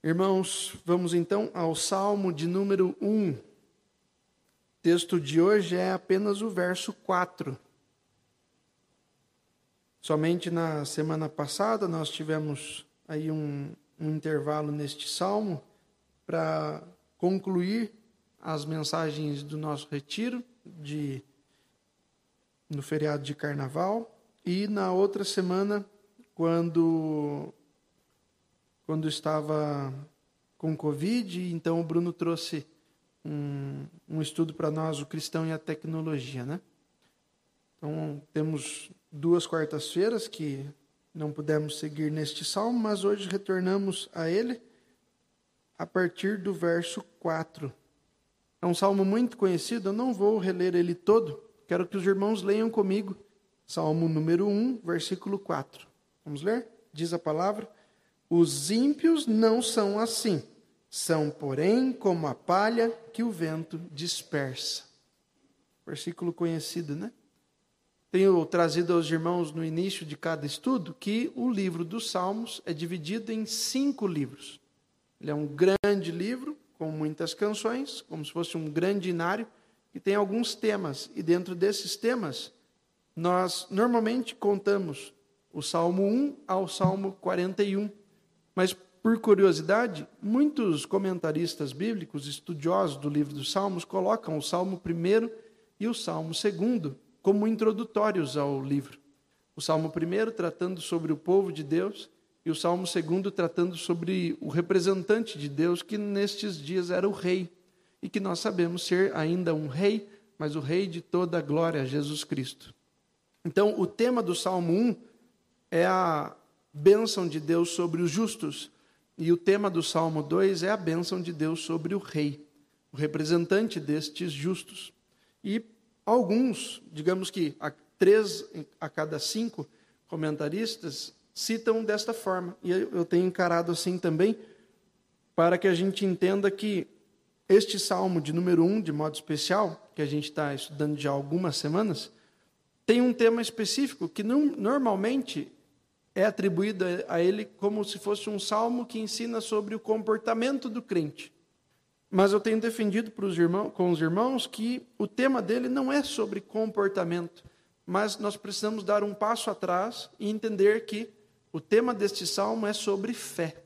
Irmãos, vamos então ao Salmo de número 1. O texto de hoje é apenas o verso 4. Somente na semana passada nós tivemos aí um intervalo neste salmo para concluir as mensagens do nosso retiro no feriado de carnaval. E na outra semana, quando estava com Covid, então o Bruno trouxe um estudo para nós, o cristão e a tecnologia, né? Então, temos 2 quartas-feiras que não pudemos seguir neste salmo, mas hoje retornamos a ele a partir do verso 4. É um salmo muito conhecido, eu não vou reler ele todo, quero que os irmãos leiam comigo. Salmo número 1, versículo 4. Vamos ler? Diz a palavra: os ímpios não são assim, são, porém, como a palha que o vento dispersa. Versículo conhecido, né? Tenho trazido aos irmãos no início de cada estudo que o livro dos Salmos é dividido em 5 livros. Ele é um grande livro, com muitas canções, como se fosse um grande inário, e tem alguns temas. E dentro desses temas, nós normalmente contamos o Salmo 1 ao Salmo 41. Mas, por curiosidade, muitos comentaristas bíblicos, estudiosos do livro dos Salmos, colocam o Salmo 1 e o Salmo 2 como introdutórios ao livro. O Salmo 1 tratando sobre o povo de Deus e o Salmo 2 tratando sobre o representante de Deus, que nestes dias era o rei, e que nós sabemos ser ainda um rei, mas o rei de toda a glória, Jesus Cristo. Então, o tema do Salmo 1 é a bênção de Deus sobre os justos, e o tema do Salmo 2 é a bênção de Deus sobre o rei, o representante destes justos. E alguns, digamos que 3 a cada 5 comentaristas citam desta forma, e eu tenho encarado assim também, para que a gente entenda que este Salmo de número 1, de modo especial, que a gente está estudando já há algumas semanas, tem um tema específico que normalmente é atribuído a ele como se fosse um salmo que ensina sobre o comportamento do crente. Mas eu tenho defendido com os irmãos que o tema dele não é sobre comportamento, mas nós precisamos dar um passo atrás e entender que o tema deste salmo é sobre fé.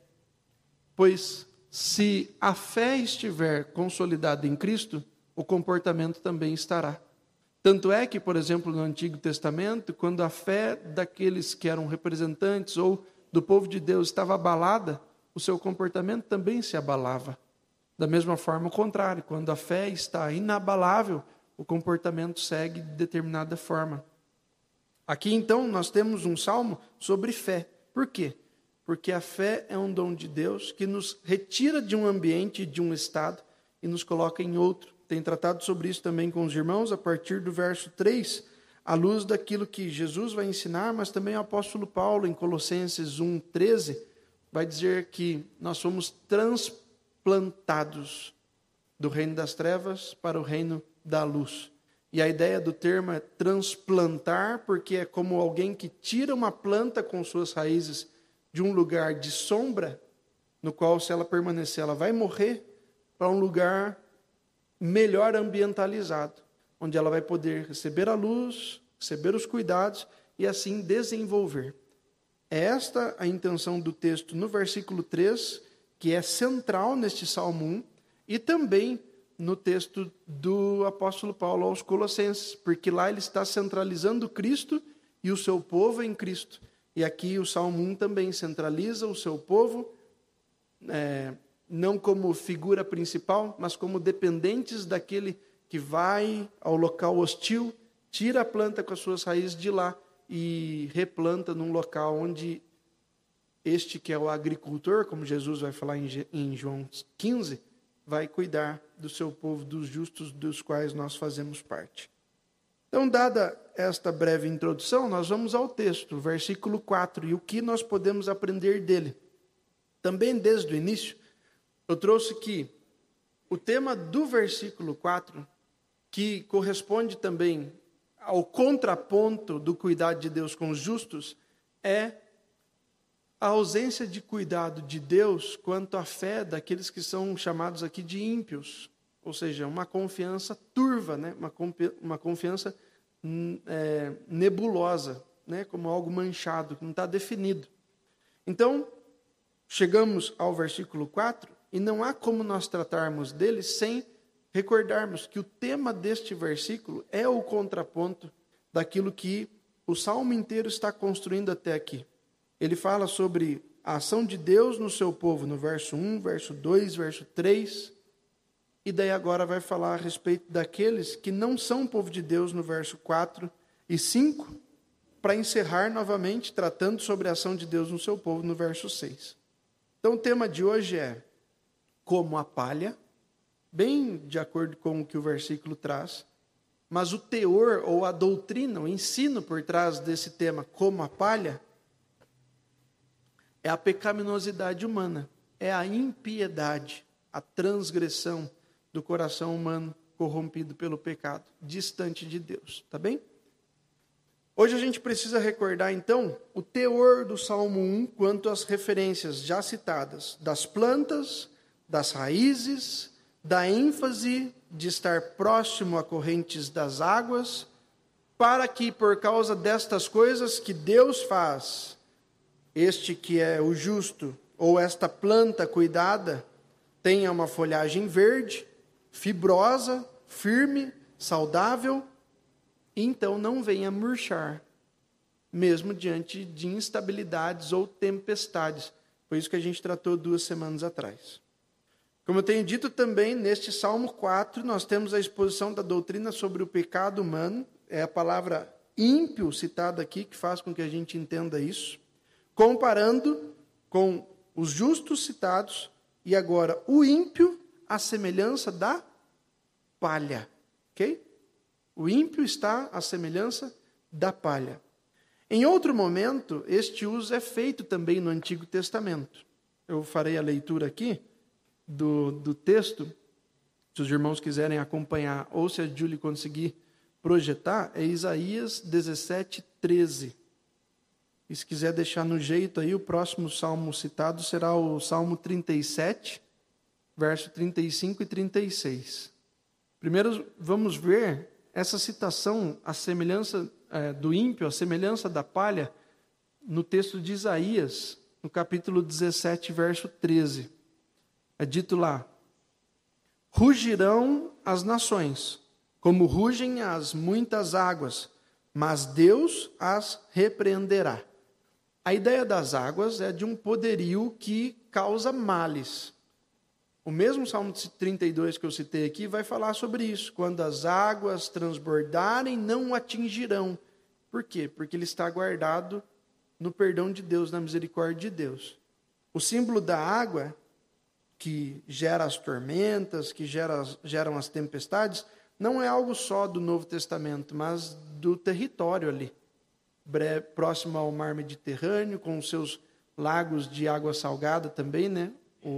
Pois se a fé estiver consolidada em Cristo, o comportamento também estará. Tanto é que, por exemplo, no Antigo Testamento, quando a fé daqueles que eram representantes ou do povo de Deus estava abalada, o seu comportamento também se abalava. Da mesma forma, o contrário, quando a fé está inabalável, o comportamento segue de determinada forma. Aqui, então, nós temos um salmo sobre fé. Por quê? Porque a fé é um dom de Deus que nos retira de um ambiente, de um estado, e nos coloca em outro. Tem tratado sobre isso também com os irmãos, a partir do verso 3, à luz daquilo que Jesus vai ensinar, mas também o apóstolo Paulo, em Colossenses 1,13, vai dizer que nós somos transplantados do reino das trevas para o reino da luz. E a ideia do termo é transplantar, porque é como alguém que tira uma planta com suas raízes de um lugar de sombra, no qual, se ela permanecer, ela vai morrer, para um lugar melhor ambientalizado, onde ela vai poder receber a luz, receber os cuidados e assim desenvolver. É esta a intenção do texto no versículo 3, que é central neste Salmo 1, e também no texto do apóstolo Paulo aos Colossenses, porque lá ele está centralizando Cristo e o seu povo em Cristo. E aqui o Salmo 1 também centraliza o seu povo, não como figura principal, mas como dependentes daquele que vai ao local hostil, tira a planta com as suas raízes de lá e replanta num local onde este que é o agricultor, como Jesus vai falar em João 15, vai cuidar do seu povo, dos justos, dos quais nós fazemos parte. Então, dada esta breve introdução, nós vamos ao texto, versículo 4, e o que nós podemos aprender dele. Também desde o início, eu trouxe que o tema do versículo 4, que corresponde também ao contraponto do cuidado de Deus com os justos, é a ausência de cuidado de Deus quanto à fé daqueles que são chamados aqui de ímpios, ou seja, uma confiança turva, né? Uma confiança nebulosa, né? Como algo manchado, que não está definido. Então, chegamos ao versículo 4, e não há como nós tratarmos dele sem recordarmos que o tema deste versículo é o contraponto daquilo que o salmo inteiro está construindo até aqui. Ele fala sobre a ação de Deus no seu povo, no verso 1, verso 2, verso 3, e daí agora vai falar a respeito daqueles que não são povo de Deus, no verso 4 e 5, para encerrar novamente, tratando sobre a ação de Deus no seu povo, no verso 6. Então o tema de hoje é como a palha, bem de acordo com o que o versículo traz, mas o teor ou a doutrina, o ensino por trás desse tema, como a palha, é a pecaminosidade humana, é a impiedade, a transgressão do coração humano corrompido pelo pecado, distante de Deus, tá bem? Hoje a gente precisa recordar, então, o teor do Salmo 1 quanto às referências já citadas das plantas, das raízes, da ênfase de estar próximo a correntes das águas, para que, por causa destas coisas que Deus faz, este que é o justo, ou esta planta cuidada, tenha uma folhagem verde, fibrosa, firme, saudável, e então não venha murchar, mesmo diante de instabilidades ou tempestades. Foi isso que a gente tratou 2 semanas atrás. Como eu tenho dito também, neste Salmo 4, nós temos a exposição da doutrina sobre o pecado humano, é a palavra ímpio citada aqui, que faz com que a gente entenda isso, comparando com os justos citados, e agora o ímpio, à semelhança da palha. Ok? O ímpio está à semelhança da palha. Em outro momento, este uso é feito também no Antigo Testamento. Eu farei a leitura aqui do texto, se os irmãos quiserem acompanhar, ou se a Julie conseguir projetar, é Isaías 17, 13. E se quiser deixar no jeito aí, o próximo salmo citado será o Salmo 37, verso 35 e 36. Primeiro, vamos ver essa citação, a semelhança do ímpio, a semelhança da palha, no texto de Isaías, no capítulo 17, verso 13. É dito lá: rugirão as nações, como rugem as muitas águas, mas Deus as repreenderá. A ideia das águas é de um poderio que causa males. O mesmo Salmo 32 que eu citei aqui vai falar sobre isso. Quando as águas transbordarem, não o atingirão. Por quê? Porque ele está guardado no perdão de Deus, na misericórdia de Deus. O símbolo da água, que gera as tormentas, que geram as tempestades, não é algo só do Novo Testamento, mas do território ali, próximo ao mar Mediterrâneo, com os seus lagos de água salgada também, né?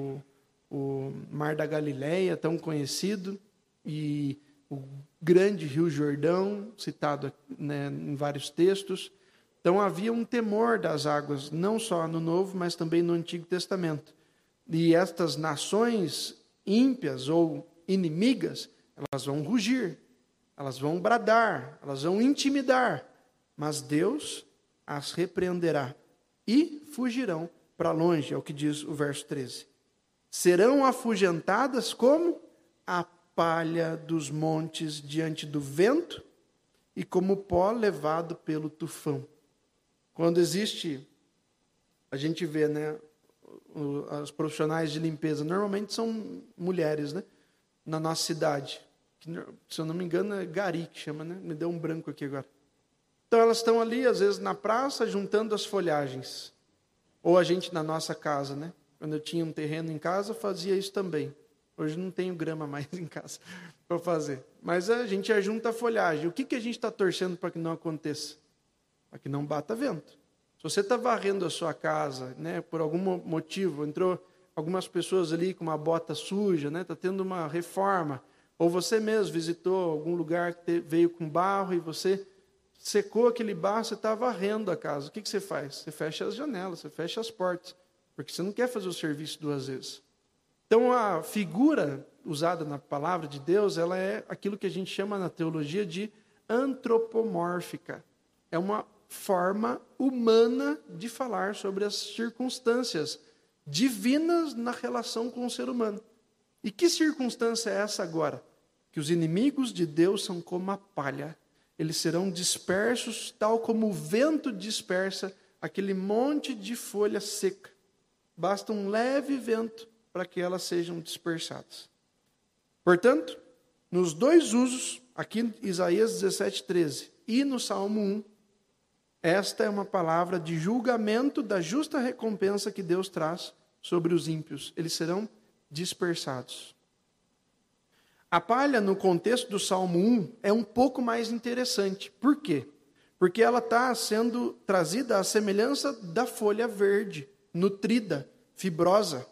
O Mar da Galileia, tão conhecido, e o grande Rio Jordão, citado, né, em vários textos. Então havia um temor das águas, não só no Novo, mas também no Antigo Testamento. E estas nações ímpias ou inimigas, elas vão rugir, elas vão bradar, elas vão intimidar, mas Deus as repreenderá e fugirão para longe, é o que diz o verso 13. Serão afugentadas como a palha dos montes diante do vento e como pó levado pelo tufão. Quando existe, a gente vê, né, os profissionais de limpeza, normalmente são mulheres, né, na nossa cidade. Se eu não me engano, é gari que chama, né? Me deu um branco aqui agora. Então elas estão ali, às vezes, na praça, juntando as folhagens. Ou a gente na nossa casa, né? Quando eu tinha um terreno em casa, fazia isso também. Hoje não tenho grama mais em casa para fazer. Mas a gente ajunta a folhagem. O que a gente está torcendo para que não aconteça? Para que não bata vento. Se você está varrendo a sua casa, né, por algum motivo, entrou algumas pessoas ali com uma bota suja, né, está tendo uma reforma, ou você mesmo visitou algum lugar que veio com barro e você secou aquele barro, você está varrendo a casa. O que você faz? Você fecha as janelas, você fecha as portas, porque você não quer fazer o serviço duas vezes. Então, a figura usada na palavra de Deus, ela é aquilo que a gente chama na teologia de antropomórfica. É uma forma humana de falar sobre as circunstâncias divinas na relação com o ser humano. E que circunstância é essa agora? Que os inimigos de Deus são como a palha. Eles serão dispersos, tal como o vento dispersa aquele monte de folha seca. Basta um leve vento para que elas sejam dispersadas. Portanto, nos dois usos, aqui em Isaías 17:13 e no Salmo 1, esta é uma palavra de julgamento da justa recompensa que Deus traz sobre os ímpios. Eles serão dispersados. A palha, no contexto do Salmo 1, é um pouco mais interessante. Por quê? Porque ela está sendo trazida à semelhança da folha verde, nutrida, fibrosa.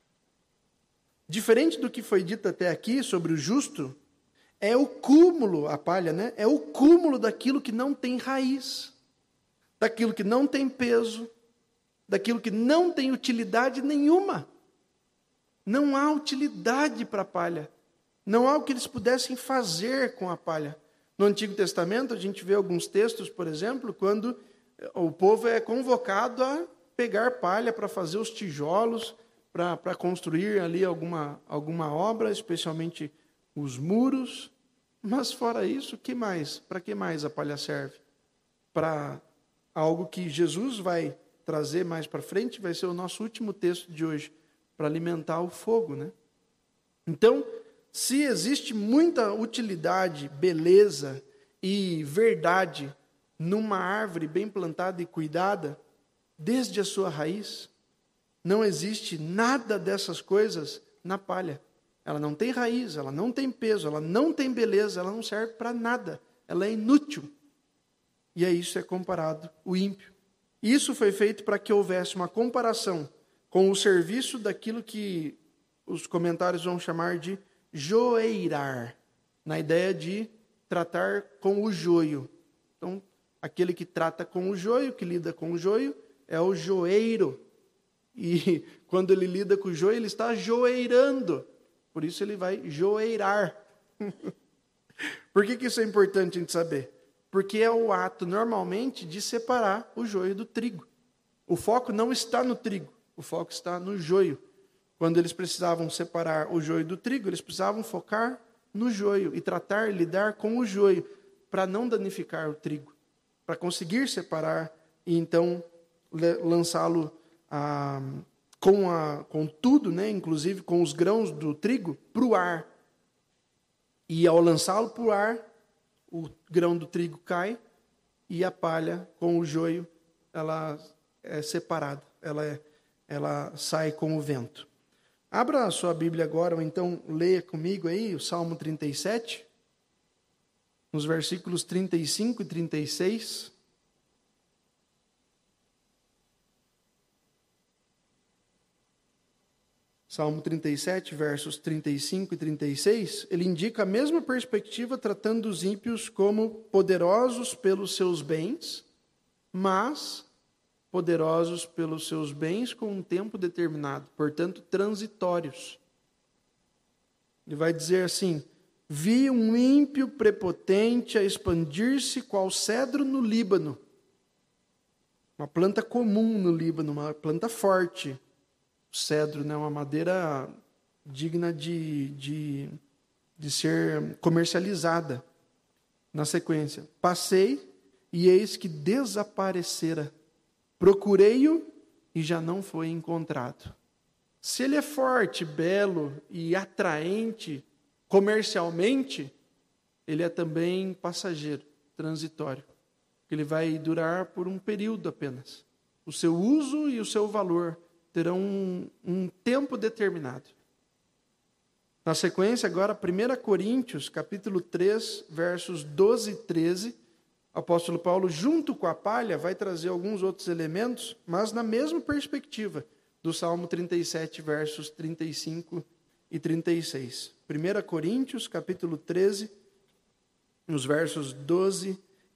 Diferente do que foi dito até aqui sobre o justo, é o cúmulo, a palha, né? É o cúmulo daquilo que não tem raiz, daquilo que não tem peso, daquilo que não tem utilidade nenhuma. Não há utilidade para a palha. Não há o que eles pudessem fazer com a palha. No Antigo Testamento, a gente vê alguns textos, por exemplo, quando o povo é convocado a pegar palha para fazer os tijolos, para construir ali alguma obra, especialmente os muros. Mas fora isso, que mais? Para que mais a palha serve? Para algo que Jesus vai trazer mais para frente, vai ser o nosso último texto de hoje, para alimentar o fogo, né? Então, se existe muita utilidade, beleza e verdade numa árvore bem plantada e cuidada, desde a sua raiz, não existe nada dessas coisas na palha. Ela não tem raiz, ela não tem peso, ela não tem beleza, ela não serve para nada. Ela é inútil. E a isso é comparado o ímpio. Isso foi feito para que houvesse uma comparação com o serviço daquilo que os comentários vão chamar de joeirar, na ideia de tratar com o joio. Então, aquele que trata com o joio, que lida com o joio, é o joeiro. E quando ele lida com o joio, ele está joeirando. Por isso ele vai joeirar. Por que isso é importante a gente saber? Porque é o ato, normalmente, de separar o joio do trigo. O foco não está no trigo, o foco está no joio. Quando eles precisavam separar o joio do trigo, eles precisavam focar no joio e lidar com o joio, para não danificar o trigo, para conseguir separar e então lançá-lo com tudo, né, inclusive com os grãos do trigo, para o ar. E ao lançá-lo para o ar, o grão do trigo cai e a palha com o joio, ela é separada, ela sai com o vento. Abra a sua Bíblia agora, ou então leia comigo aí o Salmo 37, nos versículos 35 e 36. Salmo 37, versos 35 e 36, ele indica a mesma perspectiva, tratando os ímpios como poderosos pelos seus bens, mas poderosos pelos seus bens com um tempo determinado, portanto, transitórios. Ele vai dizer assim: vi um ímpio prepotente a expandir-se qual cedro no Líbano. Uma planta comum no Líbano, uma planta forte. O cedro, né, uma madeira digna de ser comercializada. Na sequência, passei e eis que desaparecera. Procurei-o e já não foi encontrado. Se ele é forte, belo e atraente comercialmente, ele é também passageiro, transitório. Ele vai durar por um período apenas. O seu uso e o seu valor terão um tempo determinado. Na sequência, agora, 1 Coríntios, capítulo 3, versos 12 e 13, o apóstolo Paulo, junto com a palha, vai trazer alguns outros elementos, mas na mesma perspectiva do Salmo 37, versos 35 e 36. 1 Coríntios, capítulo 13, nos versos 12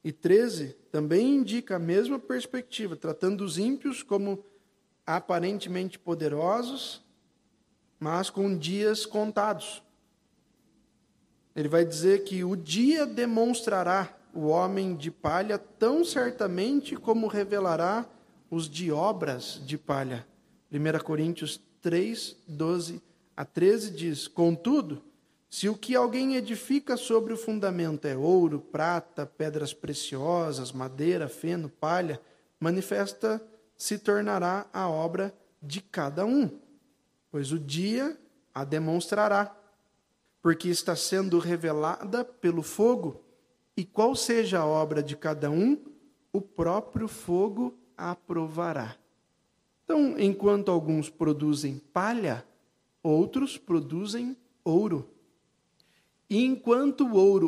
e 13 também indica a mesma perspectiva, tratando os ímpios como aparentemente poderosos, mas com dias contados. Ele vai dizer que o dia demonstrará o homem de palha tão certamente como revelará os de obras de palha. 1 Coríntios 3, 12 a 13 diz: contudo, se o que alguém edifica sobre o fundamento é ouro, prata, pedras preciosas, madeira, feno, palha, manifesta se tornará a obra de cada um, pois o dia a demonstrará, porque está sendo revelada pelo fogo, e qual seja a obra de cada um, o próprio fogo a provará. Então, enquanto alguns produzem palha, outros produzem ouro. E enquanto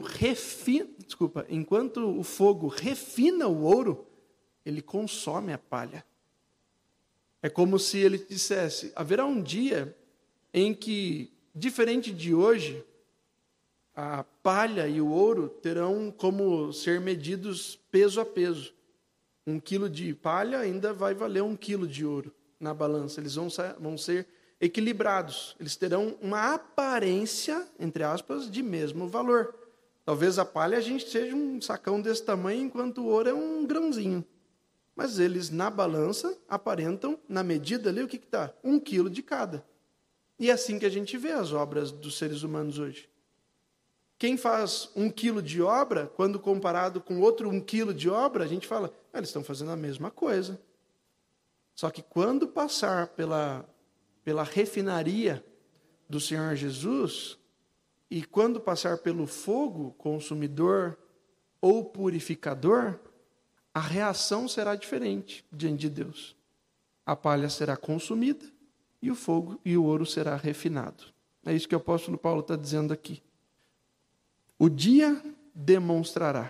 o fogo refina o ouro, ele consome a palha. É como se ele dissesse: haverá um dia em que, diferente de hoje, a palha e o ouro terão como ser medidos peso a peso. 1 quilo de palha ainda vai valer 1 quilo de ouro na balança. Eles vão ser equilibrados. Eles terão uma aparência, entre aspas, de mesmo valor. Talvez a palha a gente seja um sacão desse tamanho, enquanto o ouro é um grãozinho. Mas eles, na balança, aparentam, na medida ali, o que está? 1 quilo de cada. E é assim que a gente vê as obras dos seres humanos hoje. Quem faz 1 quilo de obra, quando comparado com outro 1 quilo de obra, a gente fala: eles estão fazendo a mesma coisa. Só que quando passar pela refinaria do Senhor Jesus, e quando passar pelo fogo consumidor ou purificador, a reação será diferente diante de Deus. A palha será consumida e o fogo e o ouro será refinado. É isso que o apóstolo Paulo está dizendo aqui. O dia demonstrará.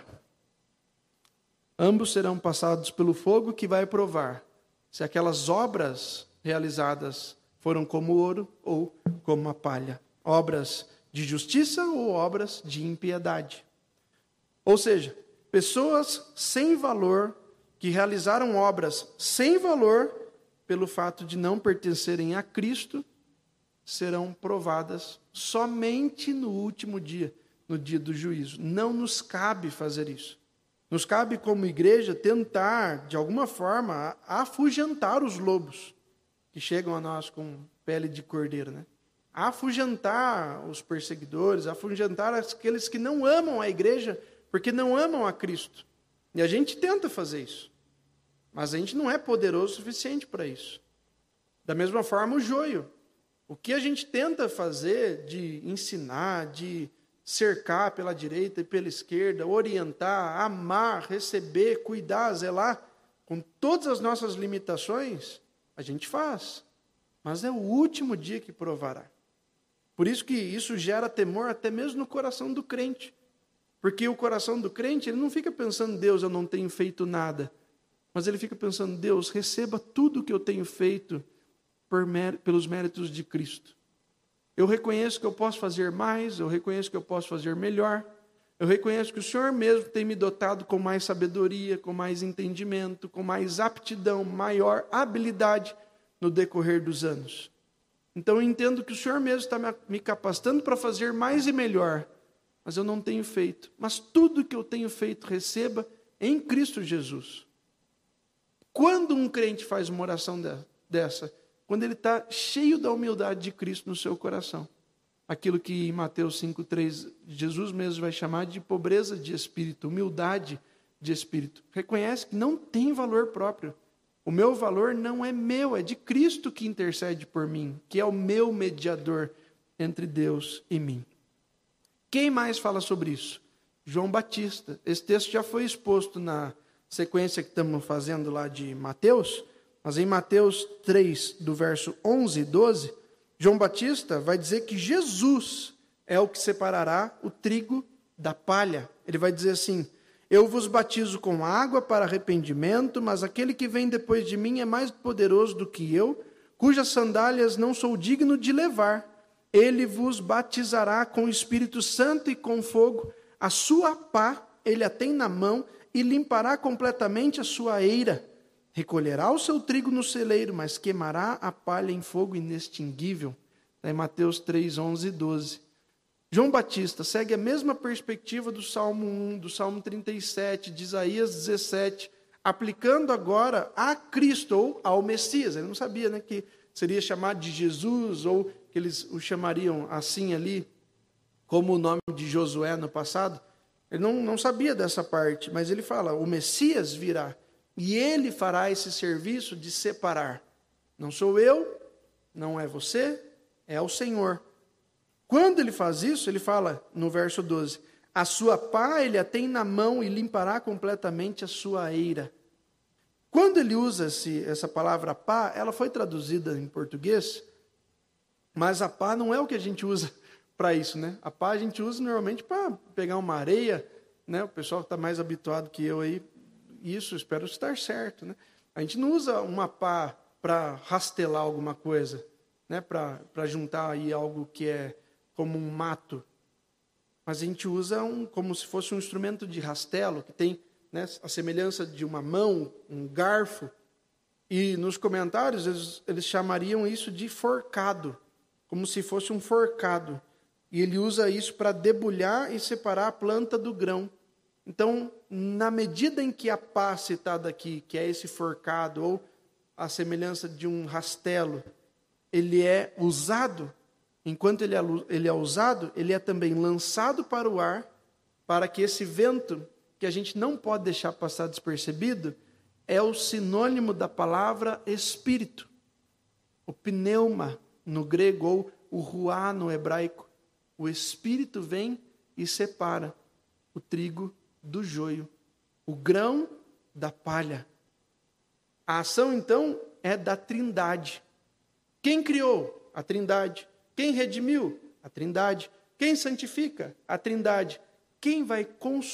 Ambos serão passados pelo fogo que vai provar se aquelas obras realizadas foram como ouro ou como a palha. Obras de justiça ou obras de impiedade. Ou seja, pessoas sem valor, que realizaram obras sem valor, pelo fato de não pertencerem a Cristo, serão provadas somente no último dia, no dia do juízo. Não nos cabe fazer isso. Nos cabe, como igreja, tentar, de alguma forma, afugentar os lobos que chegam a nós com pele de cordeiro, né? Afugentar os perseguidores, afugentar aqueles que não amam a igreja, porque não amam a Cristo. E a gente tenta fazer isso. Mas a gente não é poderoso o suficiente para isso. Da mesma forma, o joio. O que a gente tenta fazer de ensinar, de cercar pela direita e pela esquerda, orientar, amar, receber, cuidar, zelar, com todas as nossas limitações, a gente faz. Mas é o último dia que provará. Por isso que isso gera temor até mesmo no coração do crente. Porque o coração do crente, ele não fica pensando: Deus, eu não tenho feito nada. Mas ele fica pensando: Deus, receba tudo o que eu tenho feito pelos méritos de Cristo. Eu reconheço que eu posso fazer mais, eu reconheço que eu posso fazer melhor, eu reconheço que o Senhor mesmo tem me dotado com mais sabedoria, com mais entendimento, com mais aptidão, maior habilidade no decorrer dos anos. Então eu entendo que o Senhor mesmo está me capacitando para fazer mais e melhor, mas eu não tenho feito. Mas tudo que eu tenho feito, receba em Cristo Jesus. Quando um crente faz uma oração dessa? Quando ele está cheio da humildade de Cristo no seu coração. Aquilo que em Mateus 5,3, Jesus mesmo vai chamar de pobreza de espírito, humildade de espírito. Reconhece que não tem valor próprio. O meu valor não é meu, é de Cristo que intercede por mim, que é o meu mediador entre Deus e mim. Quem mais fala sobre isso? João Batista. Esse texto já foi exposto na sequência que estamos fazendo lá de Mateus, mas em Mateus 3, do verso 11 e 12, João Batista vai dizer que Jesus é o que separará o trigo da palha. Ele vai dizer assim: eu vos batizo com água para arrependimento, mas aquele que vem depois de mim é mais poderoso do que eu, cujas sandálias não sou digno de levar. Ele vos batizará com o Espírito Santo e com fogo. A sua pá ele a tem na mão, e limpará completamente a sua eira. Recolherá o seu trigo no celeiro, mas queimará a palha em fogo inextinguível. Está em Mateus 3, 11 e 12. João Batista segue a mesma perspectiva do Salmo 1, do Salmo 37, de Isaías 17, aplicando agora a Cristo, ou ao Messias. Ele não sabia, né, que seria chamado de Jesus, ou que eles o chamariam assim ali, como o nome de Josué no passado. Ele não sabia dessa parte, mas ele fala, o Messias virá, e ele fará esse serviço de separar. Não sou eu, não é você, é o Senhor. Quando ele faz isso, ele fala no verso 12, a sua pá ele a tem na mão e limpará completamente a sua eira. Quando ele usa essa palavra pá, ela foi traduzida em português, mas a pá não é o que a gente usa para isso, né? A pá a gente usa normalmente para pegar uma areia, né? O pessoal está mais habituado que eu aí, isso, espero estar certo, né? A gente não usa uma pá para rastelar alguma coisa, né? Para juntar aí algo que é como um mato, mas a gente usa como se fosse um instrumento de rastelo, que tem, né, a semelhança de uma mão, um garfo, e nos comentários eles chamariam isso de forcado, como se fosse um forcado, e ele usa isso para debulhar e separar a planta do grão. Então, na medida em que a pá citada aqui, que é esse forcado, ou a semelhança de um rastelo, ele é usado, enquanto ele é usado, ele é também lançado para o ar, para que esse vento, que a gente não pode deixar passar despercebido, é o sinônimo da palavra espírito. O pneuma no grego, ou o ruá no hebraico. O espírito vem e separa o trigo do joio, o grão da palha. A ação, então, é da Trindade. Quem criou? A Trindade. Quem redimiu? A Trindade. Quem santifica? A Trindade. Quem vai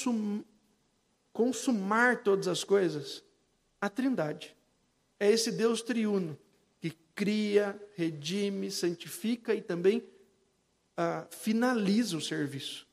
consumar todas as coisas? A Trindade. É esse Deus triuno que cria, redime, santifica e também finaliza o serviço.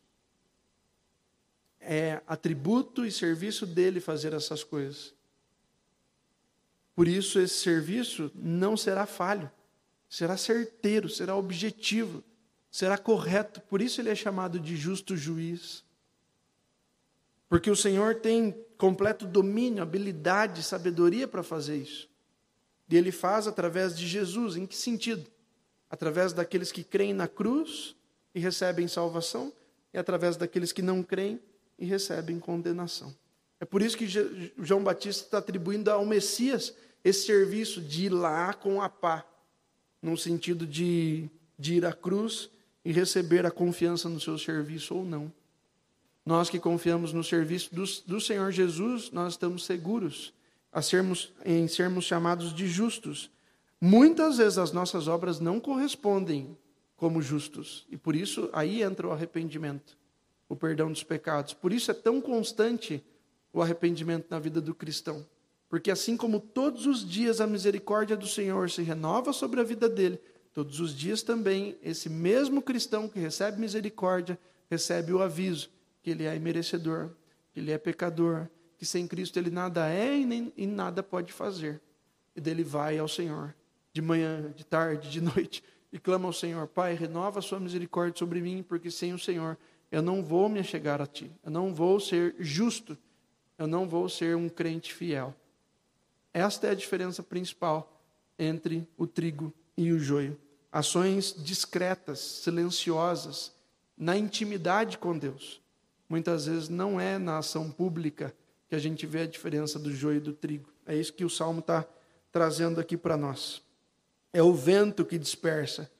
É atributo e serviço dele fazer essas coisas. Por isso, esse serviço não será falho. Será certeiro, será objetivo, será correto. Por isso ele é chamado de justo juiz. Porque o Senhor tem completo domínio, habilidade, sabedoria para fazer isso. E ele faz através de Jesus. Em que sentido? Através daqueles que creem na cruz e recebem salvação, e através daqueles que não creem e recebem condenação. É por isso que João Batista está atribuindo ao Messias esse serviço de ir lá com a pá, no sentido de ir à cruz e receber a confiança no seu serviço ou não. Nós que confiamos no serviço do Senhor Jesus, nós estamos seguros em sermos chamados de justos. Muitas vezes as nossas obras não correspondem como justos, e por isso aí entra o arrependimento, o perdão dos pecados. Por isso é tão constante o arrependimento na vida do cristão. Porque assim como todos os dias a misericórdia do Senhor se renova sobre a vida dele, todos os dias também esse mesmo cristão que recebe misericórdia, recebe o aviso que ele é imerecedor, que ele é pecador, que sem Cristo ele nada é e nada pode fazer. E dele vai ao Senhor, de manhã, de tarde, de noite, e clama ao Senhor, Pai, renova a sua misericórdia sobre mim, porque sem o Senhor eu não vou me achegar a Ti, eu não vou ser justo, eu não vou ser um crente fiel. Esta é a diferença principal entre o trigo e o joio. Ações discretas, silenciosas, na intimidade com Deus. Muitas vezes não é na ação pública que a gente vê a diferença do joio e do trigo. É isso que o Salmo está trazendo aqui para nós. É o vento que dispersa.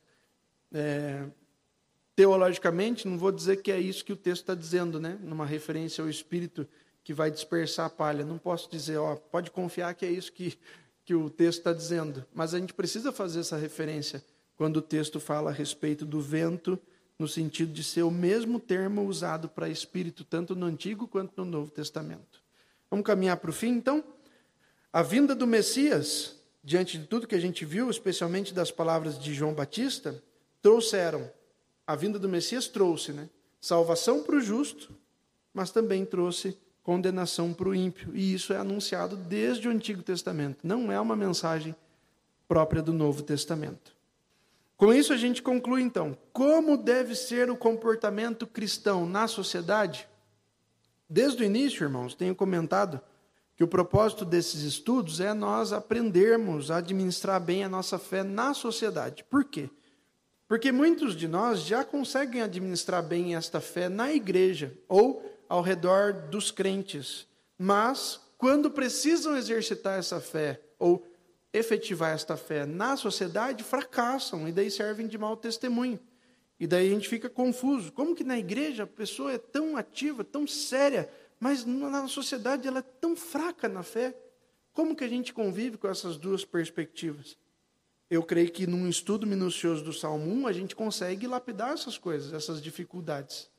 Teologicamente, não vou dizer que é isso que o texto está dizendo, né? Numa referência ao Espírito que vai dispersar a palha. Não posso dizer, pode confiar que é isso que o texto está dizendo. Mas a gente precisa fazer essa referência quando o texto fala a respeito do vento, no sentido de ser o mesmo termo usado para Espírito, tanto no Antigo quanto no Novo Testamento. Vamos caminhar para o fim, então? A vinda do Messias, diante de tudo que a gente viu, especialmente das palavras de João Batista, a vinda do Messias trouxe, né, salvação para o justo, mas também trouxe condenação para o ímpio. E isso é anunciado desde o Antigo Testamento. Não é uma mensagem própria do Novo Testamento. Com isso a gente conclui então, como deve ser o comportamento cristão na sociedade? Desde o início, irmãos, tenho comentado que o propósito desses estudos é nós aprendermos a administrar bem a nossa fé na sociedade. Por quê? Porque muitos de nós já conseguem administrar bem esta fé na igreja ou ao redor dos crentes, mas quando precisam exercitar essa fé ou efetivar esta fé na sociedade, fracassam e daí servem de mau testemunho. E daí a gente fica confuso. Como que na igreja a pessoa é tão ativa, tão séria, mas na sociedade ela é tão fraca na fé? Como que a gente convive com essas duas perspectivas? Eu creio que num estudo minucioso do Salmo 1, a gente consegue lapidar essas coisas, essas dificuldades.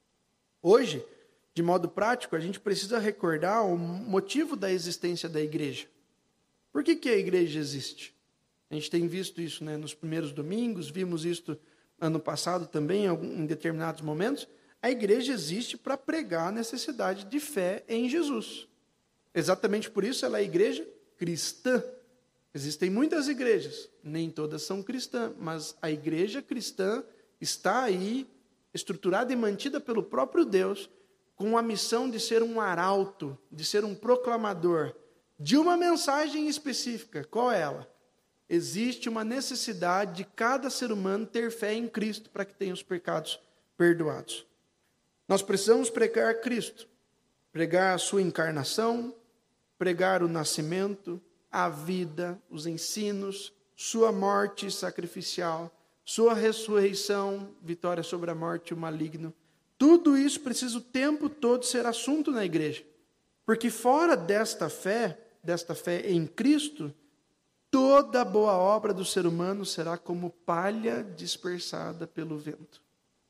Hoje, de modo prático, a gente precisa recordar o motivo da existência da igreja. Por que a igreja existe? A gente tem visto isso, né, nos primeiros domingos, vimos isso ano passado também, em determinados momentos. A igreja existe para pregar a necessidade de fé em Jesus. Exatamente por isso ela é a igreja cristã. Existem muitas igrejas, nem todas são cristãs, mas a igreja cristã está aí, estruturada e mantida pelo próprio Deus, com a missão de ser um arauto, de ser um proclamador de uma mensagem específica. Qual é ela? Existe uma necessidade de cada ser humano ter fé em Cristo para que tenha os pecados perdoados. Nós precisamos pregar Cristo, pregar a sua encarnação, pregar o nascimento, a vida, os ensinos, sua morte sacrificial, sua ressurreição, vitória sobre a morte e o maligno. Tudo isso precisa o tempo todo ser assunto na igreja. Porque fora desta fé em Cristo, toda boa obra do ser humano será como palha dispersada pelo vento.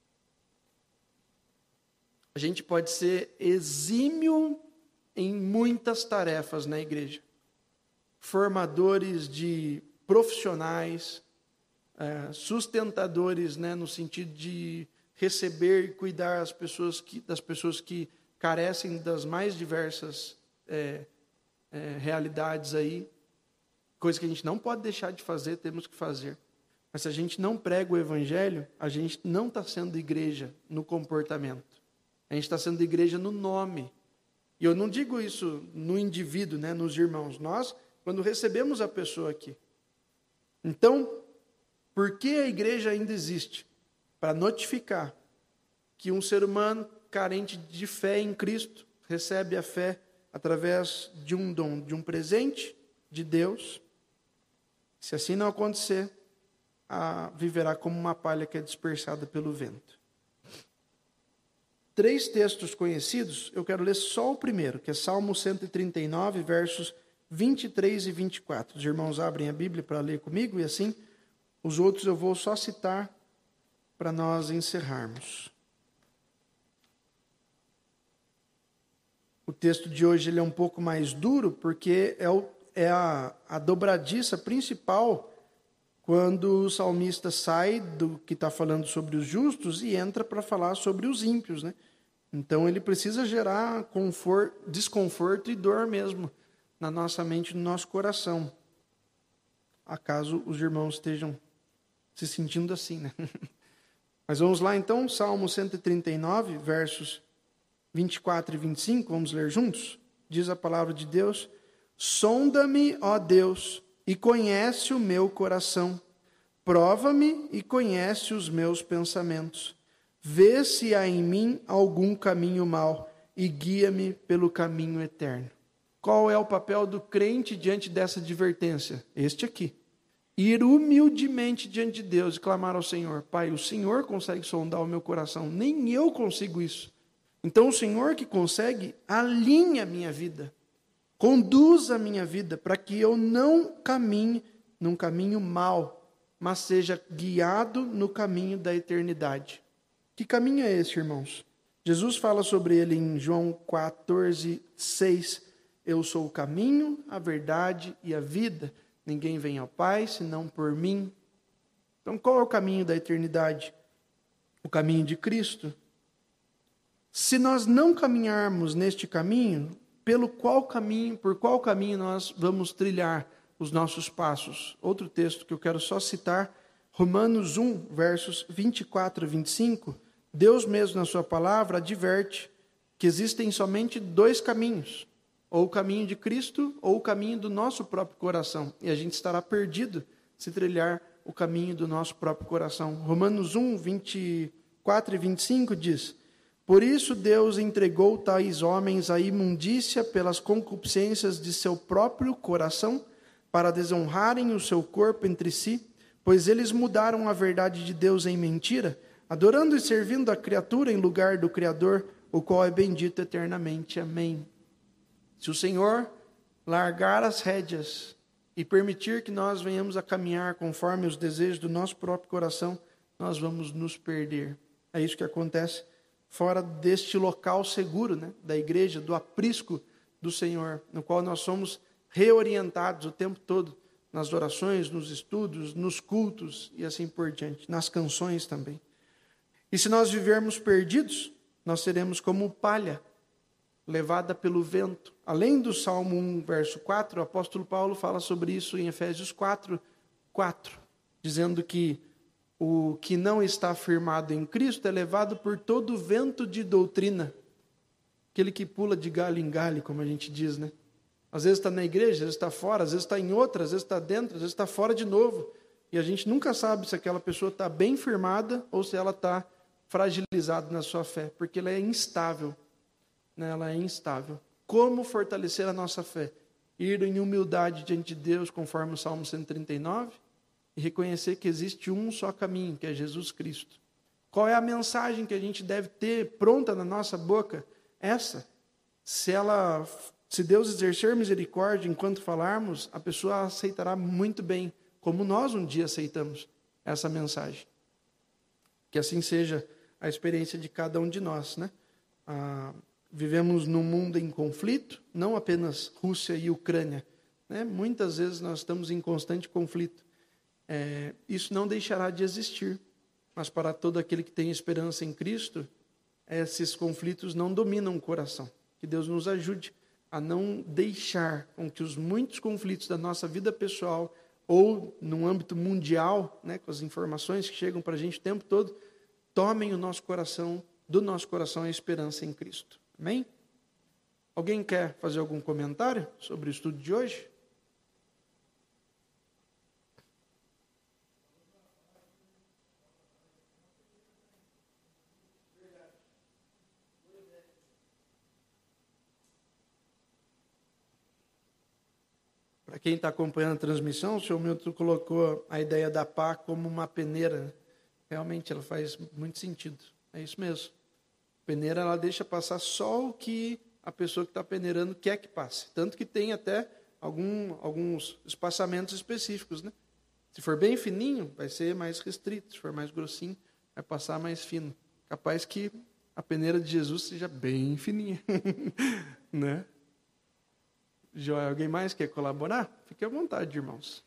A gente pode ser exímio em muitas tarefas na igreja. Formadores de profissionais, sustentadores, né, no sentido de receber e cuidar das pessoas que carecem das mais diversas realidades aí, coisa que a gente não pode deixar de fazer, temos que fazer. Mas se a gente não prega o evangelho, a gente não está sendo igreja no comportamento. A gente está sendo igreja no nome. E eu não digo isso no indivíduo, né, nos irmãos. Nós, quando recebemos a pessoa aqui. Então, por que a igreja ainda existe? Para notificar que um ser humano carente de fé em Cristo recebe a fé através de um dom, de um presente de Deus. Se assim não acontecer, viverá como uma palha que é dispersada pelo vento. 3 textos conhecidos, eu quero ler só o primeiro, que é Salmo 139, versos 23 e 24. Os irmãos abrem a Bíblia para ler comigo, e assim, os outros eu vou só citar para nós encerrarmos. O texto de hoje ele é um pouco mais duro, porque é a dobradiça principal quando o salmista sai do que está falando sobre os justos e entra para falar sobre os ímpios, né? Então ele precisa gerar desconforto e dor mesmo na nossa mente, no nosso coração. Acaso os irmãos estejam se sentindo assim, né? Mas vamos lá então, Salmo 139, versos 24 e 25, vamos ler juntos? Diz a palavra de Deus: sonda-me, ó Deus, e conhece o meu coração. Prova-me e conhece os meus pensamentos. Vê se há em mim algum caminho mau e guia-me pelo caminho eterno. Qual é o papel do crente diante dessa advertência? Este aqui. Ir humildemente diante de Deus e clamar ao Senhor. Pai, o Senhor consegue sondar o meu coração, nem eu consigo isso. Então o Senhor que consegue, alinhe a minha vida. Conduza a minha vida para que eu não caminhe num caminho mau, mas seja guiado no caminho da eternidade. Que caminho é esse, irmãos? Jesus fala sobre ele em João 14, 6. Eu sou o caminho, a verdade e a vida. Ninguém vem ao Pai senão por mim. Então qual é o caminho da eternidade? O caminho de Cristo. Se nós não caminharmos neste caminho, por qual caminho nós vamos trilhar os nossos passos? Outro texto que eu quero só citar, Romanos 1, versos 24 e 25, Deus mesmo na sua palavra adverte que existem somente dois caminhos, ou o caminho de Cristo ou o caminho do nosso próprio coração, e a gente estará perdido se trilhar o caminho do nosso próprio coração. Romanos 1, 24 e 25 diz: por isso Deus entregou tais homens à imundícia pelas concupiscências de seu próprio coração, para desonrarem o seu corpo entre si, pois eles mudaram a verdade de Deus em mentira, adorando e servindo a criatura em lugar do Criador, o qual é bendito eternamente. Amém. Se o Senhor largar as rédeas e permitir que nós venhamos a caminhar conforme os desejos do nosso próprio coração, nós vamos nos perder. É isso que acontece fora deste local seguro, né, da igreja, do aprisco do Senhor, no qual nós somos reorientados o tempo todo, nas orações, nos estudos, nos cultos e assim por diante, nas canções também. E se nós vivermos perdidos, nós seremos como palha, levada pelo vento. Além do Salmo 1, verso 4, o apóstolo Paulo fala sobre isso em Efésios 4, dizendo que o que não está firmado em Cristo é levado por todo vento de doutrina. Aquele que pula de galho em galho, como a gente diz, né? Às vezes está na igreja, às vezes está fora, às vezes está em outra, às vezes está dentro, às vezes está fora de novo. E a gente nunca sabe se aquela pessoa está bem firmada ou se ela está fragilizada na sua fé, porque ela é instável. Né? Ela é instável. Como fortalecer a nossa fé? Ir em humildade diante de Deus, conforme o Salmo 139, e reconhecer que existe um só caminho, que é Jesus Cristo. Qual é a mensagem que a gente deve ter pronta na nossa boca? Essa. Se Deus exercer misericórdia enquanto falarmos, a pessoa aceitará muito bem, como nós um dia aceitamos essa mensagem. Que assim seja a experiência de cada um de nós, né? Vivemos num mundo em conflito, não apenas Rússia e Ucrânia, né? Muitas vezes nós estamos em constante conflito. Isso não deixará de existir, mas para todo aquele que tem esperança em Cristo, esses conflitos não dominam o coração. Que Deus nos ajude a não deixar com que os muitos conflitos da nossa vida pessoal ou no âmbito mundial, né, com as informações que chegam para a gente o tempo todo, tomem o nosso coração, do nosso coração a esperança em Cristo. Amém? Alguém quer fazer algum comentário sobre o estudo de hoje? Para quem está acompanhando a transmissão, o senhor Milton colocou a ideia da pá como uma peneira. Realmente, ela faz muito sentido. É isso mesmo. A peneira, ela deixa passar só o que a pessoa que está peneirando quer que passe. Tanto que tem até alguns espaçamentos específicos, né? Se for bem fininho, vai ser mais restrito. Se for mais grossinho, vai passar mais fino. Capaz que a peneira de Jesus seja bem fininha. Né? Joel, alguém mais quer colaborar? Fique à vontade, irmãos.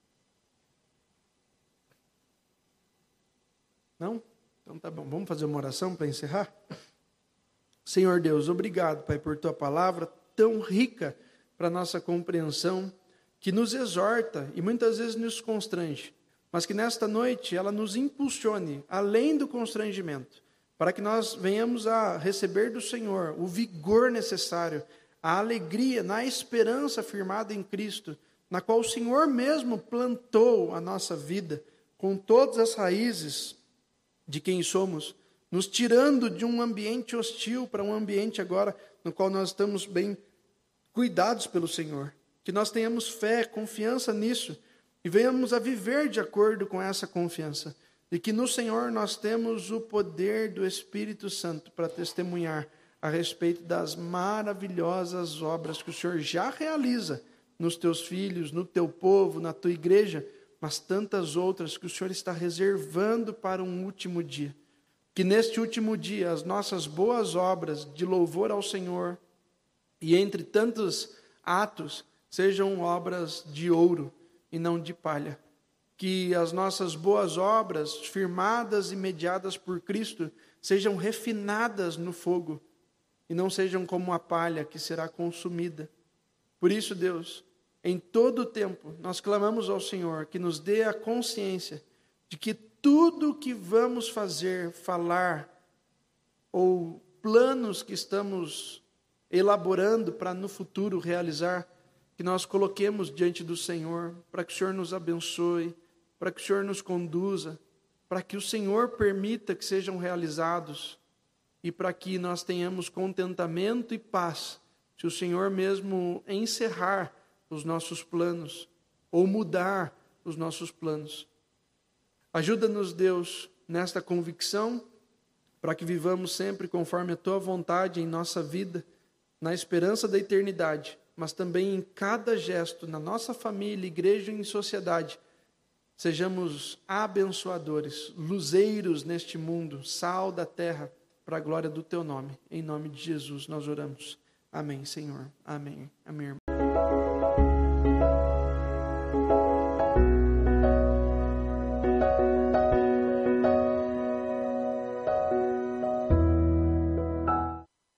Não? Então tá bom. Vamos fazer uma oração para encerrar? Senhor Deus, obrigado, Pai, por Tua palavra tão rica para a nossa compreensão, que nos exorta e muitas vezes nos constrange, mas que nesta noite ela nos impulsione, além do constrangimento, para que nós venhamos a receber do Senhor o vigor necessário, a alegria na esperança firmada em Cristo, na qual o Senhor mesmo plantou a nossa vida, com todas as raízes de quem somos, nos tirando de um ambiente hostil para um ambiente agora no qual nós estamos bem cuidados pelo Senhor. Que nós tenhamos fé, confiança nisso, e venhamos a viver de acordo com essa confiança. E que no Senhor nós temos o poder do Espírito Santo para testemunhar a respeito das maravilhosas obras que o Senhor já realiza nos teus filhos, no teu povo, na tua igreja, mas tantas outras que o Senhor está reservando para um último dia. Que neste último dia as nossas boas obras de louvor ao Senhor, e entre tantos atos, sejam obras de ouro e não de palha. que as nossas boas obras, firmadas e mediadas por Cristo, sejam refinadas no fogo e não sejam como a palha que será consumida. Por isso, Deus, em todo o tempo, nós clamamos ao Senhor que nos dê a consciência de que tudo o que vamos fazer, falar, ou planos que estamos elaborando para no futuro realizar, que nós coloquemos diante do Senhor, para que o Senhor nos abençoe, para que o Senhor nos conduza, para que o Senhor permita que sejam realizados e para que nós tenhamos contentamento e paz, se o Senhor mesmo encerrar os nossos planos ou mudar os nossos planos. Ajuda-nos, Deus, nesta convicção, para que vivamos sempre conforme a Tua vontade em nossa vida, na esperança da eternidade, mas também em cada gesto, na nossa família, igreja e em sociedade, sejamos abençoadores, luzeiros neste mundo, sal da terra, para a glória do Teu nome. Em nome de Jesus nós oramos. Amém, Senhor. Amém. Amém, irmão.